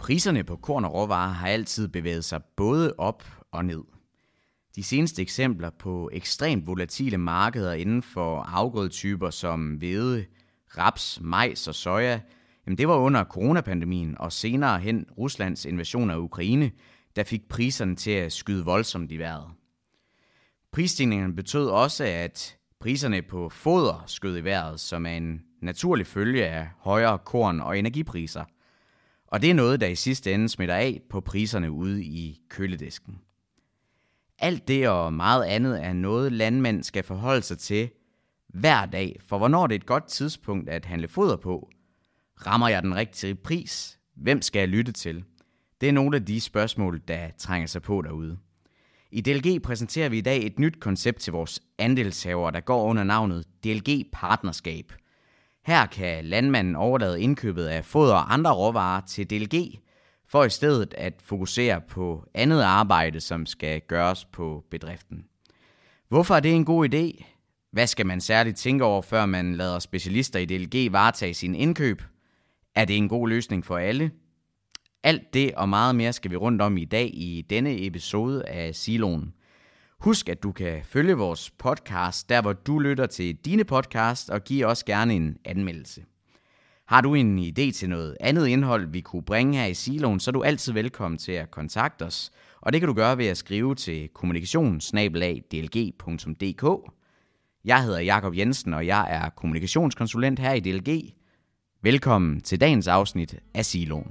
Priserne på korn og råvarer har altid bevæget sig både op og ned. De seneste eksempler på ekstremt volatile markeder inden for afgrødetyper som hvede, raps, majs og soja, det var under coronapandemien og senere hen Ruslands invasion af Ukraine, der fik priserne til at skyde voldsomt i vejret. Prisstigningerne betød også, at priserne på foder skød i vejret, som er en naturlig følge af højere korn- og energipriser. Og det er noget, der i sidste ende smitter af på priserne ude i køledisken. Alt det og meget andet er noget, landmænd skal forholde sig til hver dag, for hvornår det er et godt tidspunkt at handle foder på? Rammer jeg den rigtige pris? Hvem skal jeg lytte til? Det er nogle af de spørgsmål, der trænger sig på derude. I DLG præsenterer vi i dag et nyt koncept til vores andelshavere, der går under navnet DLG Partnerskab. Her kan landmanden overlade indkøbet af foder og andre råvarer til DLG, for i stedet at fokusere på andet arbejde, som skal gøres på bedriften. Hvorfor er det en god idé? Hvad skal man særligt tænke over, før man lader specialister i DLG varetage sine indkøb? Er det en god løsning for alle? Alt det og meget mere skal vi rundt om i dag i denne episode af Siloen. Husk, at du kan følge vores podcast, der hvor du lytter til dine podcast, og giv os gerne en anmeldelse. Har du en idé til noget andet indhold, vi kunne bringe her i Siloen, så er du altid velkommen til at kontakte os. Og det kan du gøre ved at skrive til kommunikation@dlg.dk. Jeg hedder Jakob Jensen, og jeg er kommunikationskonsulent her i DLG. Velkommen til dagens afsnit af Siloen.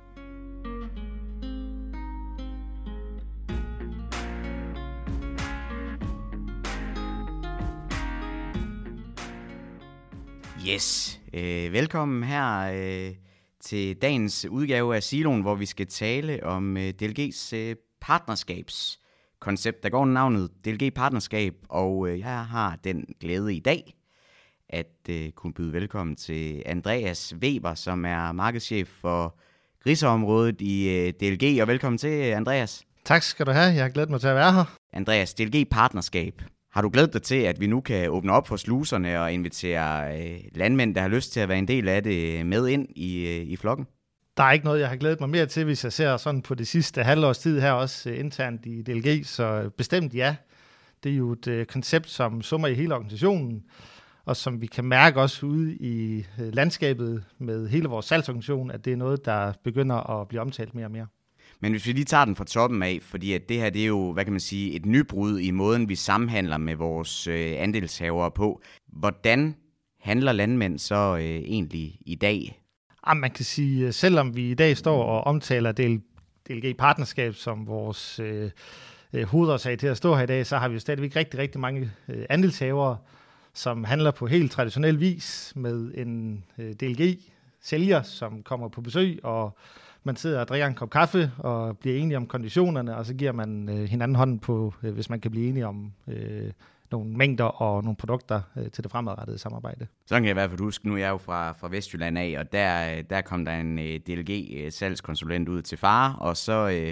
Yes, velkommen her til dagens udgave af Siloen, hvor vi skal tale om DLG's partnerskabskoncept, der går under navnet DLG Partnerskab, og jeg har den glæde i dag at kunne byde velkommen til Andreas Weber, som er markedschef for griseområdet i DLG, og velkommen til, Andreas. Tak skal du have, jeg har glædet mig til at være her. Andreas, DLG Partnerskab. Har du glædet dig til, at vi nu kan åbne op for sluserne og invitere landmænd, der har lyst til at være en del af det, med ind i flokken? Der er ikke noget, jeg har glædet mig mere til, hvis jeg ser sådan på det sidste halvårs tid her, også internt i DLG, så bestemt ja. Det er jo et koncept, som summer i hele organisationen, og som vi kan mærke også ude i landskabet med hele vores salgsorganisation, at det er noget, der begynder at blive omtalt mere og mere. Men hvis vi lige tager den fra toppen af, fordi at det her, det er jo, hvad kan man sige, et nybrud i måden, vi samhandler med vores andelshavere på. Hvordan handler landmænd så egentlig i dag? Man kan sige, selvom vi i dag står og omtaler DLG Partnerskab som vores hovedårsag til at stå her i dag, så har vi jo stadigvæk rigtig, rigtig mange andelshavere, som handler på helt traditionel vis med en DLG-sælger, som kommer på besøg, og man sidder og drikker en kop kaffe og bliver enige om konditionerne, og så giver man hinanden hånden på, hvis man kan blive enige om nogle mængder og nogle produkter til det fremadrettede samarbejde. Sådan kan jeg i hvert fald huske, nu er jeg jo fra Vestjylland af, og der kom der en DLG-salgskonsulent ud til far, og så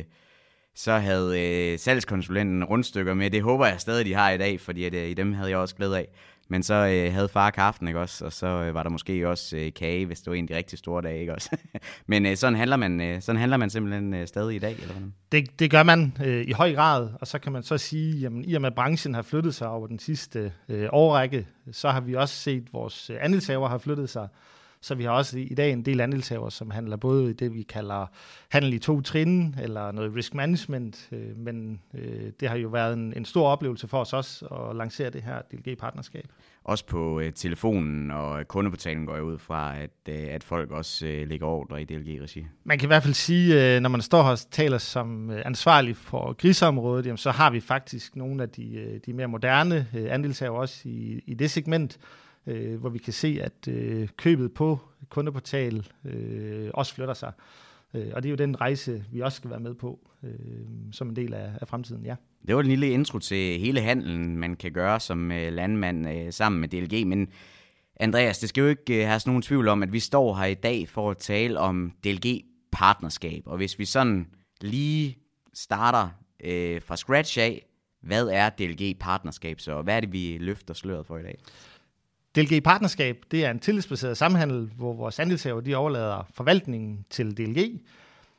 havde salgskonsulenten rundstykker med. Det håber jeg stadig, de har i dag, fordi at, i dem havde jeg også glæde af. Men så havde far kaffen, ikke også? Og så var der måske også kage, hvis det var en af de rigtig store dage, ikke også? Men sådan handler man simpelthen stadig i dag, eller hvordan? Det gør man i høj grad, og så kan man så sige, jamen i og med at branchen har flyttet sig over den sidste årrække, så har vi også set, at vores andelshaver har flyttet sig. Så vi har også i dag en del andelshaver, som handler både i det, vi kalder handel i 2 trin, eller noget risk management, men det har jo været en stor oplevelse for os også at lancere det her DLG-partnerskab. Også på telefonen og kundeportalen går jeg ud fra, at folk også lægger ordre i DLG-regi. Man kan i hvert fald sige, når man står her og taler som ansvarlig for griseområdet, jamen, så har vi faktisk nogle af de mere moderne andelshaver også i det segment, hvor vi kan se, at købet på kundeportal også flytter sig. Og det er jo den rejse, vi også skal være med på som en del af fremtiden, ja. Det var en lille intro til hele handlen, man kan gøre som landmand sammen med DLG. Men Andreas, det skal jo ikke have sådan nogen tvivl om, at vi står her i dag for at tale om DLG-partnerskab. Og hvis vi sådan lige starter fra scratch af, hvad er DLG-partnerskab så? Og hvad er det, vi løfter sløret for i dag? DLG Partnerskab, det er en tillidsbaseret samhandel, hvor vores andelshaver de overlader forvaltningen til DLG,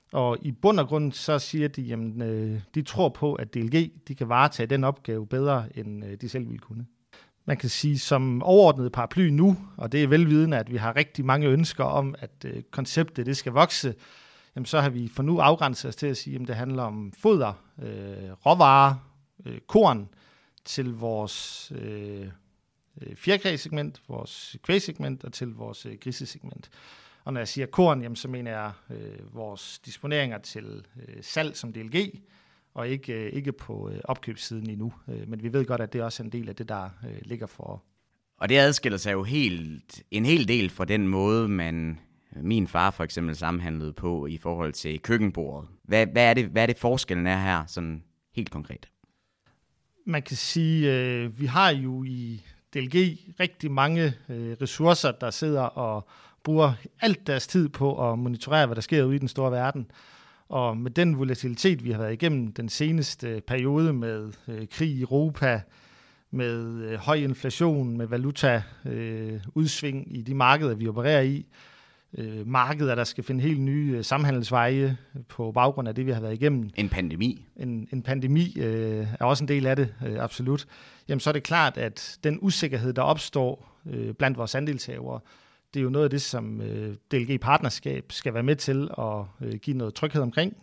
Og i bund og grund så siger de, jamen de tror på, at DLG de kan varetage den opgave bedre, end de selv ville kunne. Man kan sige, som overordnet paraply nu, og det er velvidende, at vi har rigtig mange ønsker om, at konceptet det skal vokse, jamen så har vi for nu afgrænset os til at sige, at det handler om foder, råvarer, korn til vores fjerkræsegment, vores kvægsegment og til vores grisesegment. Og når jeg siger korn, jamen, så mener jeg vores disponeringer til salg som DLG, og ikke på opkøbssiden endnu. Men vi ved godt, at det er også en del af det, der ligger for. Og det adskiller sig jo en hel del fra den måde, min far for eksempel samhandlede på i forhold til køkkenbordet. Hvad er det forskellen er her, sådan helt konkret? Man kan sige, vi har jo i DLG rigtig mange ressourcer, der sidder og bruger alt deres tid på at monitorere, hvad der sker ude i den store verden. Og med den volatilitet, vi har været igennem den seneste periode med krig i Europa, med høj inflation, med valutaudsving i de markeder, vi opererer i, markeder, der skal finde helt nye samhandelsveje på baggrund af det, vi har været igennem. En pandemi. En pandemi er også en del af det, absolut. Jamen så er det klart, at den usikkerhed, der opstår blandt vores andelshavere, det er jo noget af det, som DLG Partnerskab skal være med til at give noget tryghed omkring.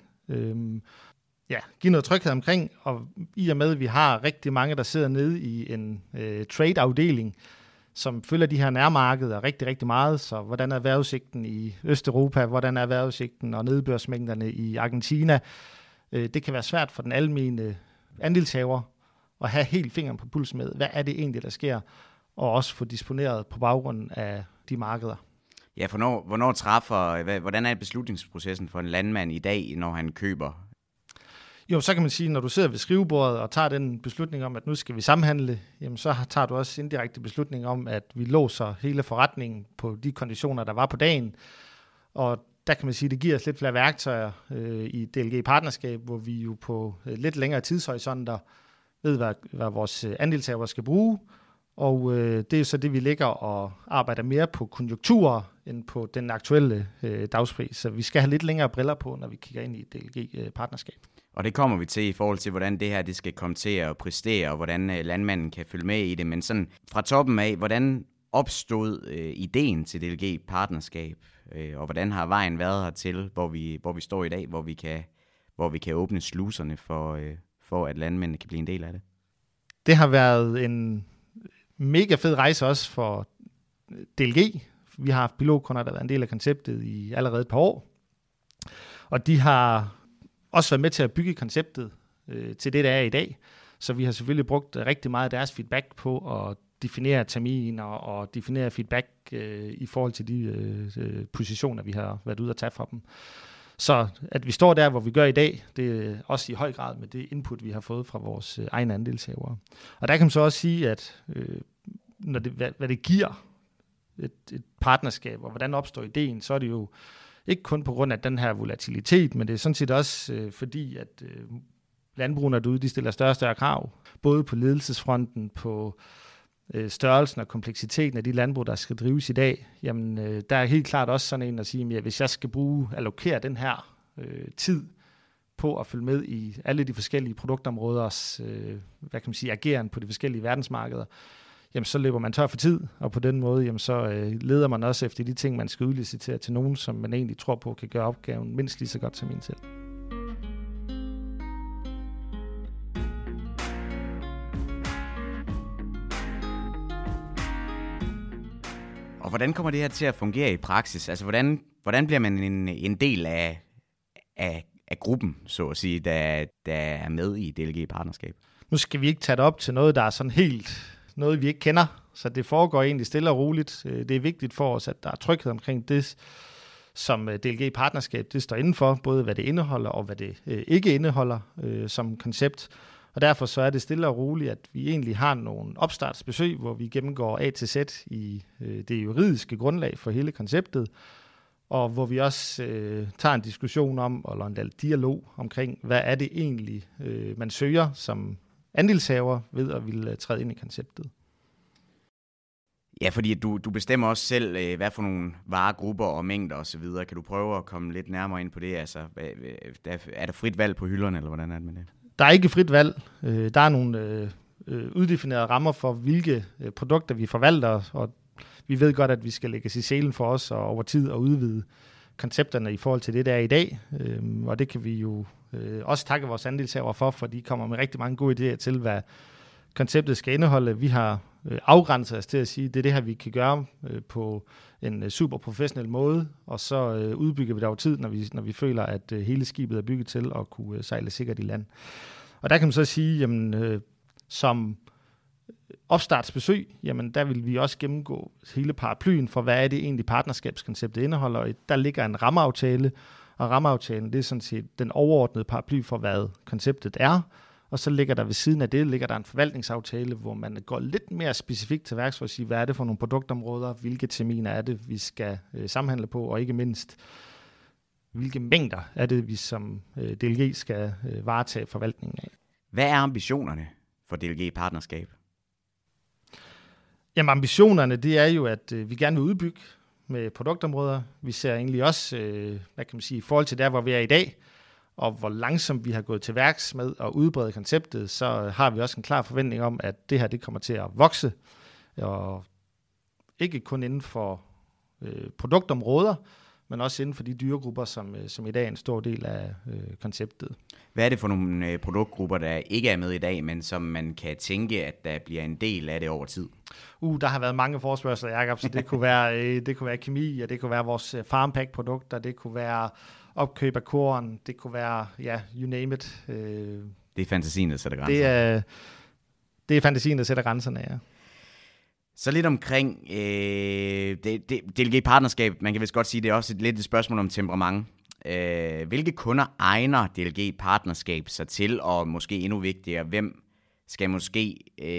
Give noget tryghed omkring, og i og med, at vi har rigtig mange, der sidder nede i en trade-afdeling, som følger de her nærmarkeder rigtig, rigtig meget. Så hvordan er vejrudsigten i Østeuropa? Hvordan er vejrudsigten og nedbørsmængderne i Argentina? Det kan være svært for den almene andelshaver at have helt fingeren på pulsen med, hvad er det egentlig, der sker, og også få disponeret på baggrund af de markeder. Ja, hvordan er beslutningsprocessen for en landmand i dag, når han køber? Jo, så kan man sige, når du sidder ved skrivebordet og tager den beslutning om, at nu skal vi samhandle, jamen så tager du også indirekte beslutning om, at vi låser hele forretningen på de konditioner, der var på dagen. Og der kan man sige, at det giver os lidt flere værktøjer i DLG Partnerskab, hvor vi jo på lidt længere tidshorisonter ved, hvad vores andelshavere skal bruge. Og det er så det, vi ligger og arbejder mere på konjunkturer end på den aktuelle dagspris. Så vi skal have lidt længere briller på, når vi kigger ind i et DLG-partnerskab. Og det kommer vi til i forhold til, hvordan det her det skal komme til at præstere, og hvordan landmanden kan følge med i det. Men sådan fra toppen af, hvordan opstod ideen til DLG-partnerskab, og hvordan har vejen været hertil, hvor vi står i dag, hvor vi kan åbne sluserne for at landmændene kan blive en del af det? Det har været en mega fed rejse også for DLG. Vi har haft pilotkunder, der har været en del af konceptet i allerede et par år. Og de har også været med til at bygge konceptet til det, der er i dag. Så vi har selvfølgelig brugt rigtig meget af deres feedback på at definere terminer og definere feedback i forhold til de positioner, vi har været ude at tage fra dem. Så at vi står der, hvor vi gør i dag, det er også i høj grad med det input, vi har fået fra vores egne andelshavere. Og der kan man så også sige, at hvad det giver et partnerskab, og hvordan opstår ideen, så er det jo ikke kun på grund af den her volatilitet, men det er sådan set også fordi, at landbrugerne derude, de stiller større og større krav, både på ledelsesfronten, på størrelsen og kompleksiteten af de landbrug, der skal drives i dag. Jamen, der er helt klart også sådan en at sige, at hvis jeg skal allokere den her tid på at følge med i alle de forskellige produktområders, ageren på de forskellige verdensmarkeder, jamen så løber man tør for tid, og på den måde, jamen så leder man også efter de ting, man skal udlicitere til nogen, som man egentlig tror på kan gøre opgaven mindst lige så godt som en selv. Og hvordan kommer det her til at fungere i praksis? Altså, hvordan bliver man en del af gruppen, så at sige, der er med i DLG-partnerskab? Nu skal vi ikke tage det op til noget, der er sådan helt noget, vi ikke kender, så det foregår egentlig stille og roligt. Det er vigtigt for os, at der er tryghed omkring det, som DLG-partnerskab det står indenfor, både hvad det indeholder og hvad det ikke indeholder som koncept. Og derfor så er det stille og roligt, at vi egentlig har nogle opstartsbesøg, hvor vi gennemgår A til Z i det juridiske grundlag for hele konceptet, og hvor vi også tager en diskussion om, eller en dialog omkring, hvad er det egentlig, man søger som andelshaver ved at ville træde ind i konceptet. Ja, fordi du bestemmer også selv, hvad for nogle varegrupper og mængder osv. Kan du prøve at komme lidt nærmere ind på det? Altså, er der frit valg på hylderne, eller hvordan er det med det? Der er ikke frit valg. Der er nogle uddefinerede rammer for, hvilke produkter vi forvalter, og vi ved godt, at vi skal lægge os i selen for os og over tid og udvide koncepterne i forhold til det, der er i dag. Og det kan vi jo også takke vores andelshavere for de kommer med rigtig mange gode idéer til, hvad konceptet skal indeholde. Vi har afgrænset os til at sige, det er det her, vi kan gøre på en super professionel måde, og så udbygger vi det over tid, når vi føler, at hele skibet er bygget til at kunne sejle sikkert i land. Og der kan man så sige, jamen, som opstartsbesøg, jamen der vil vi også gennemgå hele paraplyen for, hvad er det egentlig partnerskabskonceptet indeholder, og der ligger en rammeaftale, og rammeaftalen det er sådan set den overordnede paraply for, hvad konceptet er, og så ligger der ved siden af det, ligger der en forvaltningsaftale, hvor man går lidt mere specifikt til værks for at sige, hvad er det for nogle produktområder, hvilke terminer er det, vi skal samhandle på, og ikke mindst, hvilke mængder er det, vi som DLG skal varetage forvaltningen af. Hvad er ambitionerne for DLG Partnerskab? Jamen ambitionerne, det er jo, at vi gerne vil udbygge med produktområder. Vi ser egentlig også, hvad kan man sige, i forhold til der, hvor vi er i dag, og hvor langsomt vi har gået til værks med at udbrede konceptet, så har vi også en klar forventning om, at det her det kommer til at vokse, og ikke kun inden for produktområder, men også inden for de dyregrupper, som i dag er en stor del af konceptet. Hvad er det for nogle produktgrupper, der ikke er med i dag, men som man kan tænke, at der bliver en del af det over tid? Der har været mange forespørgsler, Jacob, så det kunne være kemi, og det kunne være vores farmpack-produkter, det kunne være opkøb af korn, det kunne være, ja, you name it. Det er fantasien, der sætter grænserne. Det er fantasien, der sætter grænserne, ja. Så lidt omkring DLG Partnerskab, man kan vist godt sige, det er også lidt et spørgsmål om temperament. Hvilke kunder egner DLG Partnerskab sig til, og måske endnu vigtigere, hvem skal måske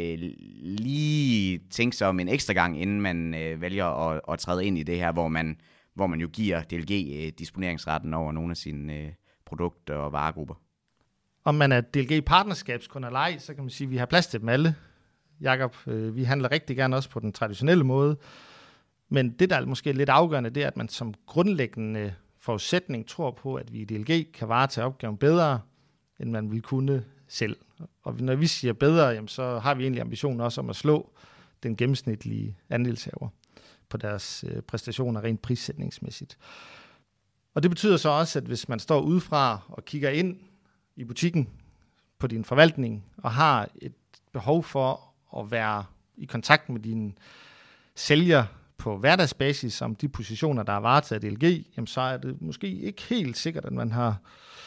lige tænke sig om en ekstra gang, inden man vælger at træde ind i det her, hvor man jo giver DLG disponeringsretten over nogle af sine produkter og varegrupper? Om man er DLG Partnerskabskunder eller ej, så kan man sige, at vi har plads til dem alle. Jakob, vi handler rigtig gerne også på den traditionelle måde, men det, der er måske lidt afgørende, det er, at man som grundlæggende forudsætning tror på, at vi i DLG kan varetage opgaven bedre, end man vil kunne selv. Og når vi siger bedre, jamen, så har vi egentlig ambitionen også om at slå den gennemsnitlige andelshaver på deres præstationer rent prissætningsmæssigt. Og det betyder så også, at hvis man står udefra og kigger ind i butikken på din forvaltning og har et behov for at være i kontakt med dine sælger på hverdagsbasis om de positioner, der er varetaget af DLG, jamen så er det måske ikke helt sikkert, at man har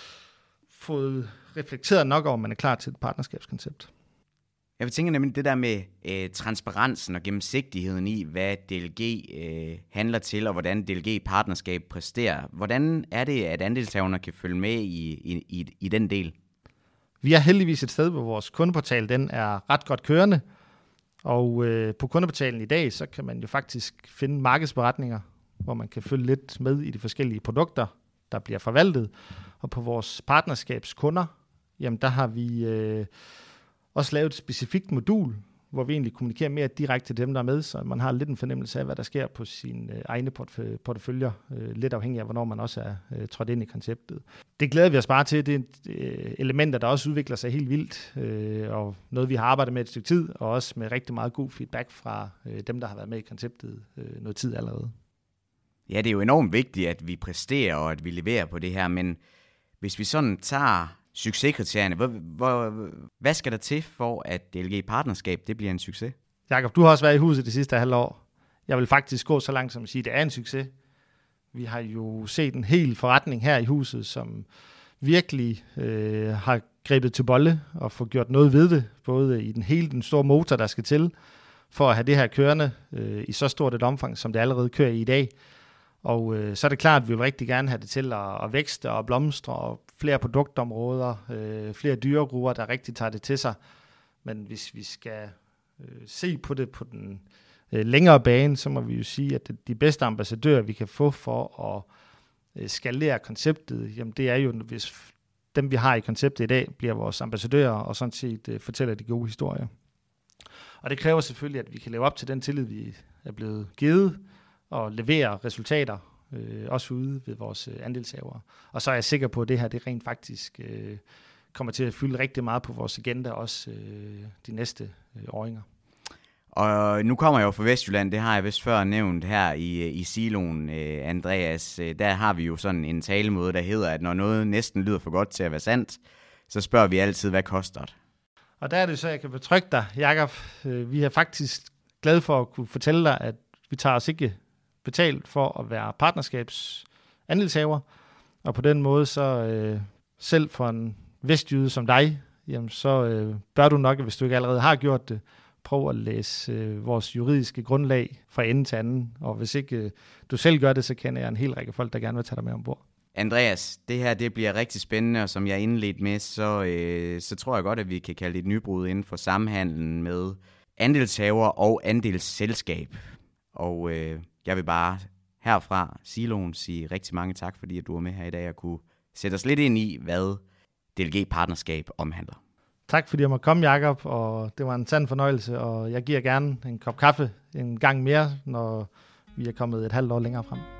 fået reflekteret nok over, om man er klar til et partnerskabskoncept. Jeg vil tænke nemlig det der med transparensen og gennemsigtigheden i, hvad DLG handler til, og hvordan DLG Partnerskab præsterer. Hvordan er det, at andelshaverne kan følge med i den del? Vi er heldigvis et sted, hvor vores kundeportal den er ret godt kørende, og på kundeportalen i dag, så kan man jo faktisk finde markedsberetninger, hvor man kan følge lidt med i de forskellige produkter, der bliver forvaltet. Og på vores partnerskabskunder, jamen der har vi også lavet et specifikt modul, hvor vi egentlig kommunikerer mere direkte til dem, der er med, så man har lidt en fornemmelse af, hvad der sker på sine egne porteføljer, lidt afhængig af, hvornår man også er trådt ind i konceptet. Det glæder vi os bare til. Det er elementer, der også udvikler sig helt vildt, og noget, vi har arbejdet med et stykke tid, og også med rigtig meget god feedback fra dem, der har været med i konceptet noget tid allerede. Ja, det er jo enormt vigtigt, at vi præsterer og at vi leverer på det her, men hvis vi sådan tager succeskriterierne, hvad skal der til for, at DLG Partnerskab det bliver en succes? Jakob, du har også været i huset det sidste halvår. Jeg vil faktisk gå så langt som at sige, at det er en succes. Vi har jo set en hel forretning her i huset, som virkelig har grebet til bolle og få gjort noget ved det, både i den store motor, der skal til, for at have det her kørende i så stort et omfang, som det allerede kører i dag. Og så er det klart, at vi vil rigtig gerne have det til at vækste og blomstre, og flere produktområder, flere dyregrupper, der rigtig tager det til sig. Men hvis vi skal se på det på den længere bane, så må vi jo sige, at de bedste ambassadører, vi kan få for at skalere konceptet, jamen det er jo, hvis dem, vi har i konceptet i dag, bliver vores ambassadører, og sådan set fortæller de gode historier. Og det kræver selvfølgelig, at vi kan leve op til den tillid, vi er blevet givet, og levere resultater, også ude ved vores andelshavere. Og så er jeg sikker på, at det her det rent faktisk kommer til at fylde rigtig meget på vores agenda, også de næste åringer. Og nu kommer jeg jo fra Vestjylland, det har jeg vist før nævnt her i siloen, Andreas. Der har vi jo sådan en talemåde, der hedder, at når noget næsten lyder for godt til at være sandt, så spørger vi altid, hvad koster det? Og der er det så, jeg kan betrygge dig, Jakob. Vi er faktisk glade for at kunne fortælle dig, at vi tager os ikke betalt for at være partnerskabsandelshaver, og på den måde så selv for en vestjyde som dig, jamen så bør du nok, hvis du ikke allerede har gjort det, prøv at læse vores juridiske grundlag fra ende til anden, og hvis ikke du selv gør det, så kender jeg en hel række folk, der gerne vil tage dig med ombord. Andreas, det her det bliver rigtig spændende, og som jeg indledte med, så tror jeg godt, at vi kan kalde det et nybrud inden for samhandlen med andelshaver og andelsselskab. Og jeg vil bare herfra, siloen, sige rigtig mange tak, fordi at du var med her i dag og kunne sætte os lidt ind i, hvad DLG-partnerskab omhandler. Tak fordi jeg måtte komme, Jakob, og det var en sand fornøjelse, og jeg giver gerne en kop kaffe en gang mere, når vi er kommet et halvt år længere frem.